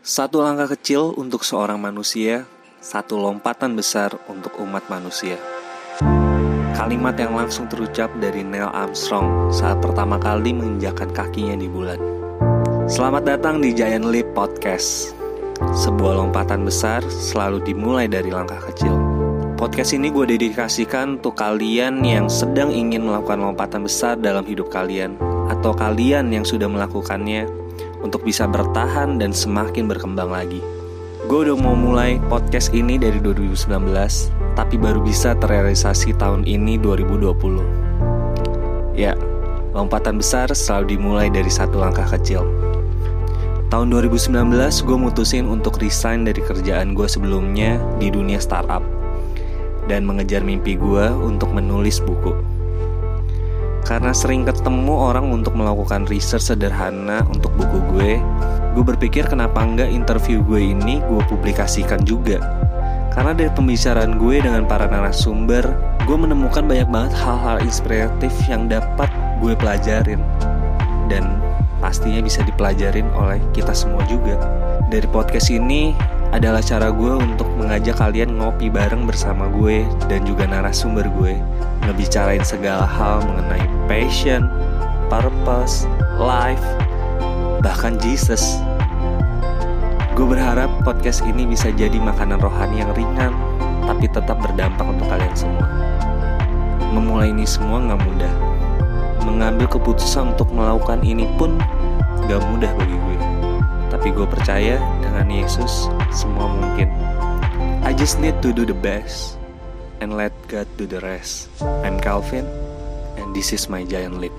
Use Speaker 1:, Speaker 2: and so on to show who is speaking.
Speaker 1: Satu langkah kecil untuk seorang manusia, satu lompatan besar untuk umat manusia. Kalimat yang langsung terucap dari Neil Armstrong saat pertama kali menginjakkan kakinya di bulan. Selamat datang di Giant Leap Podcast. Sebuah lompatan besar selalu dimulai dari langkah kecil. Podcast ini gue dedikasikan untuk kalian yang sedang ingin melakukan lompatan besar dalam hidup kalian, atau kalian yang sudah melakukannya, untuk bisa bertahan dan semakin berkembang lagi. Gue udah mau mulai podcast ini dari 2019, tapi baru bisa terrealisasi tahun ini 2020. Ya, lompatan besar selalu dimulai dari satu langkah kecil. Tahun 2019 gue mutusin untuk resign dari kerjaan gue sebelumnya di dunia startup dan mengejar mimpi gue untuk menulis buku. Karena sering ketemu orang untuk melakukan research sederhana untuk buku gue berpikir kenapa enggak interview gue ini gue publikasikan juga. Karena dari pembicaraan gue dengan para narasumber, gue menemukan banyak banget hal-hal inspiratif yang dapat gue pelajarin. Dan pastinya bisa dipelajarin oleh kita semua juga. Dari podcast ini adalah cara gue untuk mengajak kalian ngopi bareng bersama gue dan juga narasumber gue, ngebicarain segala hal mengenai passion, purpose, life, bahkan Jesus. Gue berharap podcast ini bisa jadi makanan rohani yang ringan, tapi tetap berdampak untuk kalian semua. Memulai ini semua gak mudah. Mengambil keputusan untuk melakukan ini pun gak mudah bagi gue. Tapi gue percaya dengan Yesus semua mungkin. I just need to do the best and let God do the rest. I'm Calvin and this is my Giant Leap.